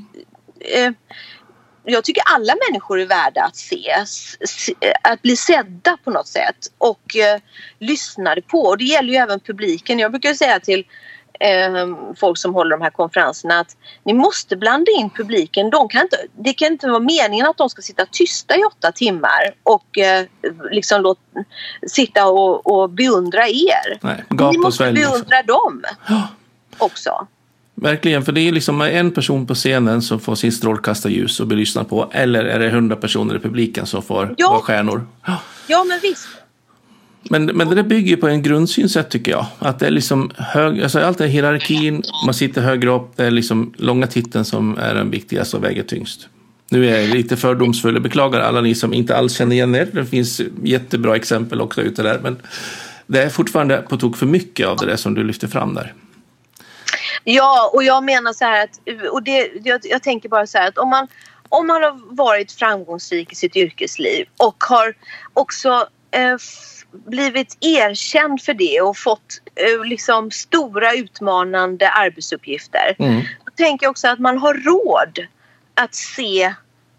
Speaker 2: jag tycker alla människor är värda att att bli sedda på något sätt och lyssnade på. Och det gäller ju även publiken. Jag brukar säga till folk som håller de här konferenserna att ni måste blanda in publiken. Det kan inte vara meningen att de ska sitta tysta i 8 timmar och liksom sitta och beundra er. Nej, ni måste beundra dem också. Verkligen, för det är liksom en person på scenen som får sin strålkastarljus och blir lyssnad på, eller är det 100 personer i publiken som får vara stjärnor? Ja, men visst. Men det bygger på en grundsynsätt, tycker jag. Att det är liksom allt är hierarkin, man sitter högre upp, det är liksom långa titeln som är den viktigaste och väger tyngst. Nu är jag lite fördomsfull, jag beklagar alla ni som inte alls känner igen er. Det finns jättebra exempel också ute där, men det är fortfarande på tok för mycket av det där som du lyfter fram där. Ja, och jag menar så här att, och jag tänker bara så här att om man har varit framgångsrik i sitt yrkesliv och har också blivit erkänd för det och fått liksom stora utmanande arbetsuppgifter, då tänker jag också att man har råd att se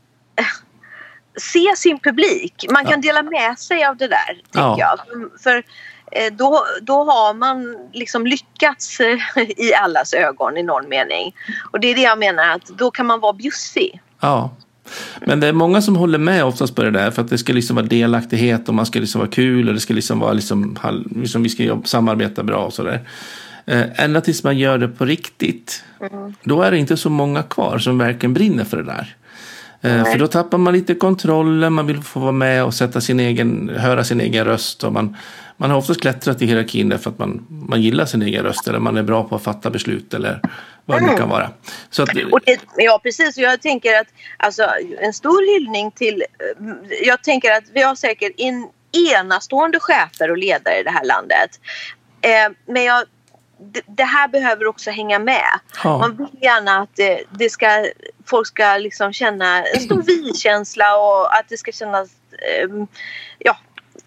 Speaker 2: sin publik. Man kan dela med sig av det där, tycker jag. För då har man liksom lyckats i allas ögon i någon mening. Och det är det jag menar, att då kan man vara bjussig. Ja, men det är många som håller med oftast på det där, för att det ska liksom vara delaktighet och man ska liksom vara kul och det ska liksom vara liksom vi ska samarbeta bra och sådär. Ända tills man gör det på riktigt, då är det inte så många kvar som verkligen brinner för det där. För då tappar man lite kontrollen, man vill få vara med och höra sin egen röst, och man har oftast klättrat i hierarkin därför att man gillar sin egen röst, eller man är bra på att fatta beslut eller vad det kan vara. Så att, ja, precis. Jag tänker att alltså, en stor hyllning till, jag tänker att vi har säkert enastående chefer och ledare i det här landet. Men det här behöver också hänga med. Ja. Man vill gärna att folk ska liksom känna en stor vi-känsla, och att det ska kännas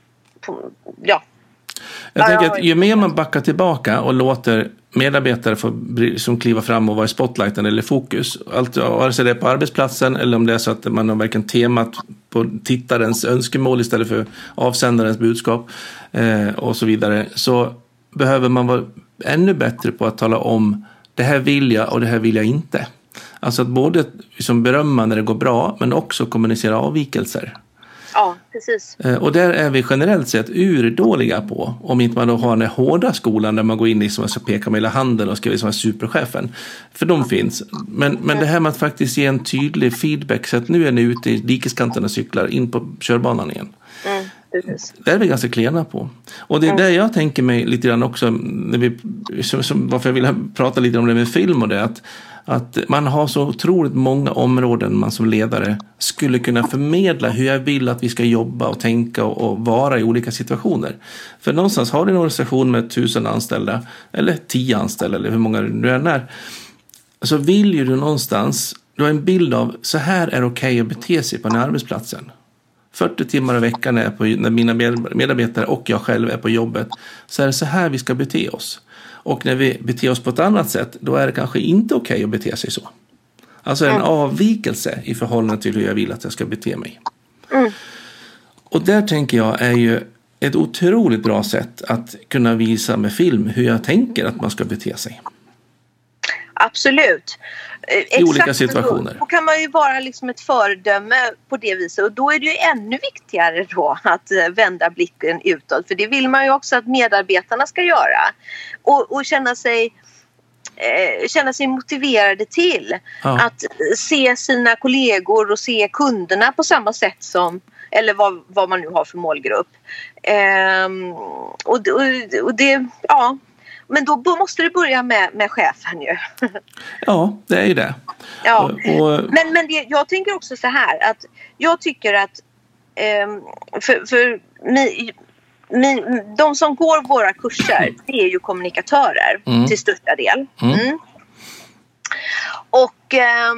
Speaker 2: ja.
Speaker 1: Jag tänker att ju mer man backar tillbaka och låter medarbetare få som kliva fram och vara i spotlighten eller fokus, vare sig det är på arbetsplatsen eller om det är så att man har verkligen temat på tittarens önskemål istället för avsändarens budskap och så vidare, så behöver man vara ännu bättre på att tala om det här vill jag och det här vill jag inte. Alltså att både liksom berömma när det går bra men också kommunicera avvikelser.
Speaker 2: Ja, precis.
Speaker 1: Och där är vi generellt sett urdåliga på, om inte man då har den hårda skolan där man går in i som ska peka med hela handen och ska vara superchefen. För de finns. Men det här med att faktiskt ge en tydlig feedback så att nu är ni ute i dikeskanten och cyklar in på körbanan igen. Det är vi ganska klena på. Och det är där jag tänker mig lite grann också, när varför jag vill prata lite om det med film och det, att man har så otroligt många områden man som ledare skulle kunna förmedla hur jag vill att vi ska jobba och tänka och vara i olika situationer. För någonstans har du en organisation med 1000 anställda eller 10 anställda eller hur många du än är, så vill ju du någonstans, du har en bild av så här är okej att bete sig på den här arbetsplatsen. 40 timmar i veckan när mina medarbetare och jag själv är på jobbet, så är det så här vi ska bete oss. Och när vi beter oss på ett annat sätt, då är det kanske inte okej att bete sig så. Alltså en avvikelse i förhållande till hur jag vill att jag ska bete mig. Och där tänker jag är ju ett otroligt bra sätt att kunna visa med film hur jag tänker att man ska bete sig.
Speaker 2: Absolut.
Speaker 1: I olika situationer.
Speaker 2: Då kan man ju vara liksom ett föredöme på det viset. Och då är det ju ännu viktigare då att vända blicken utåt. För det vill man ju också att medarbetarna ska göra. Och känna sig motiverade till att se sina kollegor och se kunderna på samma sätt som, eller vad man nu har för målgrupp. Och det, ja. Men då måste det börja med chefen ju. Ja,
Speaker 1: det är ju det.
Speaker 2: Ja. Men jag tänker också så här att jag tycker att de som går våra kurser, det är ju kommunikatörer till största del. Och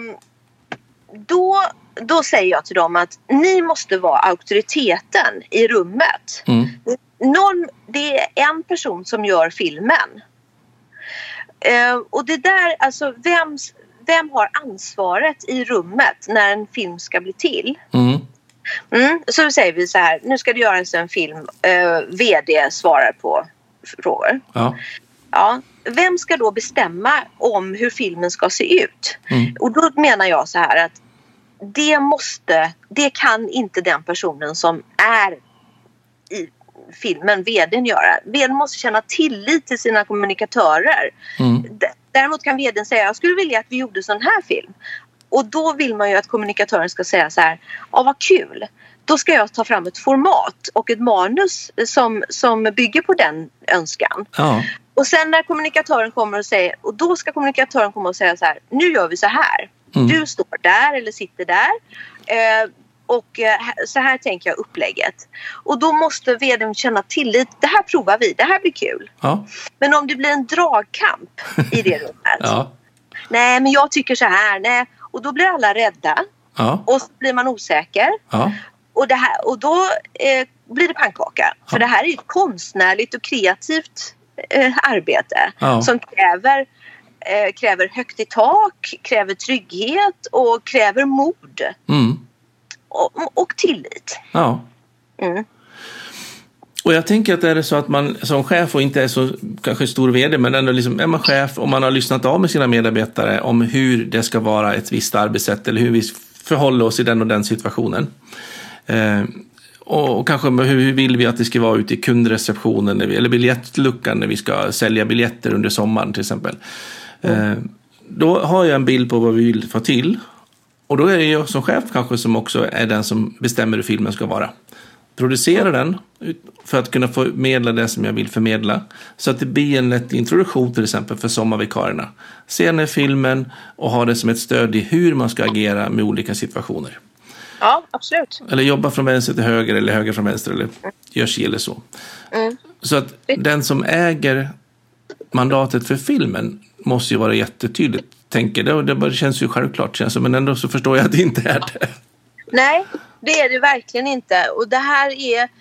Speaker 2: då säger jag till dem att ni måste vara auktoriteten i rummet. Det är en person som gör filmen. Och det där, alltså vem har ansvaret i rummet när en film ska bli till? Så säger vi så här, nu ska det göras en film, vd svarar på frågor. Ja, vem ska då bestämma om hur filmen ska se ut? Och då menar jag så här att det kan inte den personen som är i filmen, vdn, göra. Vdn måste känna tillit till sina kommunikatörer. Däremot kan vdn säga, jag skulle vilja att vi gjorde sån här film. Och då vill man ju att kommunikatören ska säga så här, ja vad kul. Då ska jag ta fram ett format och ett manus som bygger på den önskan. Och sen när kommunikatören kommer och säger, och då ska kommunikatören komma och säga så här, nu gör vi så här. Du står där eller sitter där. Och så här tänker jag upplägget. Och då måste vdn känna tillit. Det här provar vi, det här blir kul. Men om det blir en dragkamp i det rummet. Nej, men jag tycker så här. Nej. Och då blir alla rädda. Och så blir man osäker. Och då blir det pannkaka. För det här är ett konstnärligt och kreativt arbete. Som kräver högt i tak, kräver trygghet och kräver mod. Och tillit.
Speaker 1: Och jag tänker att det är så att man som chef och inte är så kanske stor vd, men ändå liksom är man chef och man har lyssnat av med sina medarbetare om hur det ska vara ett visst arbetssätt eller hur vi förhåller oss i den och den situationen. Och kanske hur vill vi att det ska vara ute i kundreceptionen eller biljettluckan när vi ska sälja biljetter under sommaren till exempel. Då har jag en bild på vad vi vill få till. Och då är det jag som chef kanske som också är den som bestämmer hur filmen ska vara. Producera den för att kunna förmedla det som jag vill förmedla. Så att det blir en lätt introduktion till exempel för sommarvikarierna. Se den filmen och ha det som ett stöd i hur man ska agera med olika situationer.
Speaker 2: Ja, absolut.
Speaker 1: Eller jobba från vänster till höger eller höger från vänster eller gör sig eller så. Så att den som äger mandatet för filmen måste ju vara jättetydligt. Tänker det känns ju självklart, men ändå så förstår jag att det inte är det.
Speaker 2: Nej, det är det verkligen inte. Och det här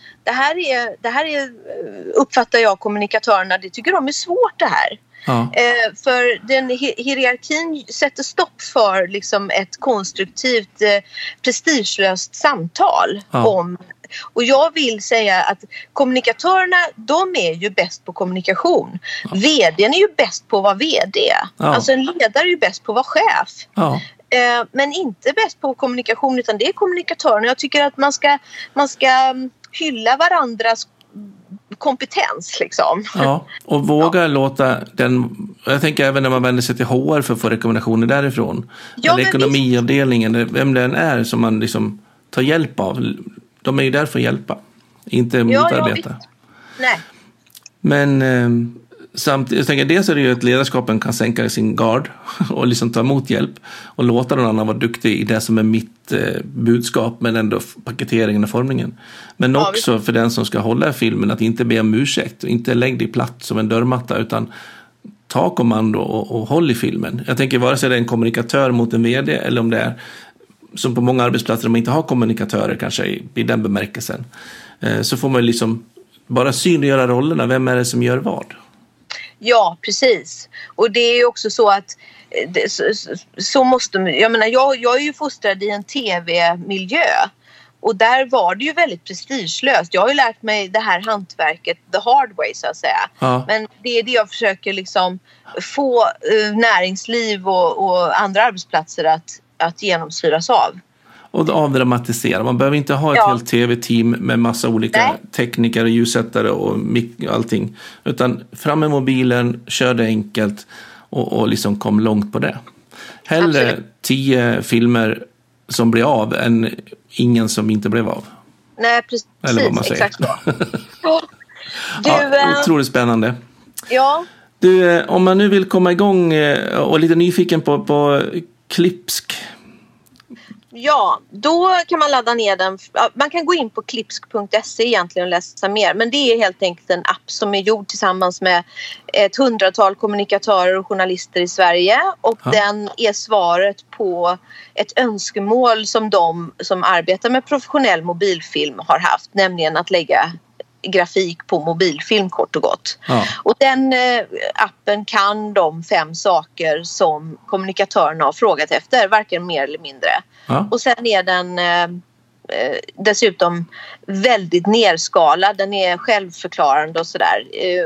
Speaker 2: är uppfattar jag kommunikatörerna, det tycker de är svårt det här.
Speaker 1: Ja.
Speaker 2: För den hierarkin sätter stopp för liksom ett konstruktivt prestigelöst samtal om. Och jag vill säga att kommunikatörerna, de är ju bäst på kommunikation. VDn är ju bäst på att vara VD. Alltså en ledare är ju bäst på att vara chef. Men inte bäst på kommunikation, utan det är kommunikatörerna. Jag tycker att man ska hylla varandras kompetens liksom.
Speaker 1: Ja, och våga låta den, jag tänker även när man vänder sig till HR för att få rekommendationer därifrån. Eller ekonomiavdelningen, vem det än är som man liksom tar hjälp av. De är ju där för att hjälpa, inte motarbeta.
Speaker 2: Nej.
Speaker 1: Men samtidigt, jag tänker dels är det ju att ledarskapen kan sänka sin gard och liksom ta emot hjälp och låta någon annan vara duktig i det som är mitt budskap, men ändå paketeringen och formningen. Men också för den som ska hålla filmen att inte be om ursäkt och inte lägga det platt som en dörrmatta, utan ta kommando och håll i filmen. Jag tänker vare sig det är en kommunikatör mot en vd eller om det är som på många arbetsplatser där man inte har kommunikatörer kanske i den bemärkelsen, så får man liksom bara synliggöra rollerna. Vem är det som gör vad?
Speaker 2: Ja, precis. Och det är ju också så att så måste, jag menar, jag är ju fostrad i en tv-miljö och där var det ju väldigt prestigelöst. Jag har ju lärt mig det här hantverket the hard way så att säga. Ja. Men det är det jag försöker liksom få näringsliv och andra arbetsplatser att genomsyras av.
Speaker 1: Och avdramatisera. Man behöver inte ha ett helt tv-team med massa olika tekniker och ljussättare och allting. Utan fram med mobilen, kör det enkelt och liksom kom långt på det. Hellre 10 filmer som blir av än ingen som inte blev av.
Speaker 2: Nej, precis.
Speaker 1: Eller vad man säger.
Speaker 2: Exakt så.
Speaker 1: Otroligt spännande.
Speaker 2: Ja.
Speaker 1: Du, om man nu vill komma igång och är lite nyfiken på Klipsk.
Speaker 2: Ja, då kan man ladda ner den. Man kan gå in på klipsk.se egentligen och läsa mer. Men det är helt enkelt en app som är gjord tillsammans med ett 100-tal kommunikatörer och journalister i Sverige. Och den är svaret på ett önskemål som de som arbetar med professionell mobilfilm har haft. Nämligen att lägga grafik på mobilfilm kort och gott. Ja. Och den appen kan de 5 saker som kommunikatörerna har frågat efter, varken mer eller mindre. Ja. Och sen är den dessutom väldigt nerskalad. Den är självförklarande och sådär.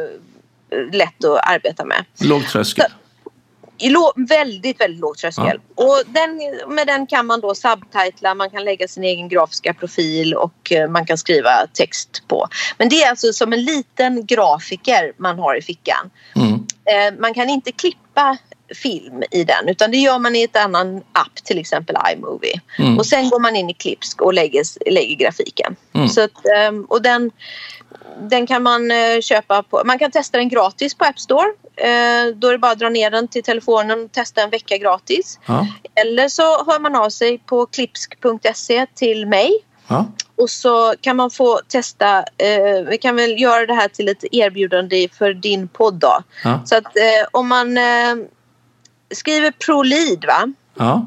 Speaker 2: Lätt att arbeta med.
Speaker 1: Låg tröskel.
Speaker 2: Väldigt, väldigt låg tröskel. Ja. Och med den kan man då subtitla, man kan lägga sin egen grafiska profil och man kan skriva text på. Men det är alltså som en liten grafiker man har i fickan. Man kan inte klippa film i den, utan det gör man i ett annan app, till exempel iMovie. Och sen går man in i Klipsk och lägger grafiken. Så att, och den kan man köpa på. Man kan testa den gratis på App Store. Då är det bara att dra ner den till telefonen och testa en vecka gratis. Ja. Eller så hör man av sig på klipsk.se till mig. Ja. Och så kan man få testa. Vi kan väl göra det här till ett erbjudande för din podd då. Ja. Så att om man skriver ProLead, va? Ja.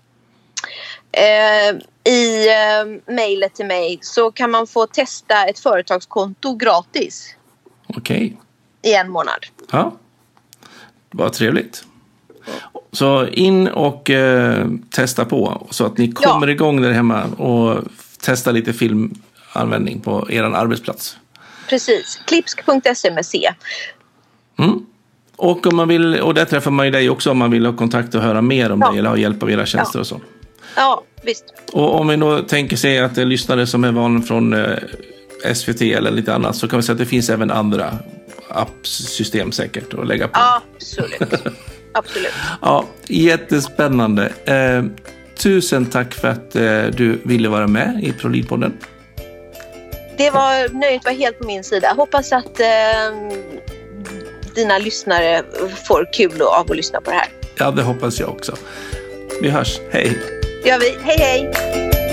Speaker 2: I mejlet till mig så kan man få testa ett företagskonto gratis.
Speaker 1: Okej.
Speaker 2: I 1 månad.
Speaker 1: Ja, vad trevligt. Så in och testa på så att ni kommer igång där hemma och testa lite filmanvändning på er arbetsplats.
Speaker 2: Precis, klipsk.se med C.
Speaker 1: Och om man vill, och där träffar man ju dig också om man vill ha kontakt och höra mer om dig eller ha hjälp av era tjänster och så.
Speaker 2: Ja, visst.
Speaker 1: Och om vi då tänker sig att det är lyssnare som är van från SVT eller lite annat, så kan vi säga att det finns även andra appsystem säkert att lägga på.
Speaker 2: Ja, absolut. Absolut.
Speaker 1: Ja, jättespännande. Tusen tack för att du ville vara med i ProLead-podden.
Speaker 2: Nöjet var helt på min sida. Hoppas att dina lyssnare får kul av att lyssna på det här.
Speaker 1: Ja, det hoppas jag också. Vi hörs. Hej.
Speaker 2: Det gör vi. Hej, hej.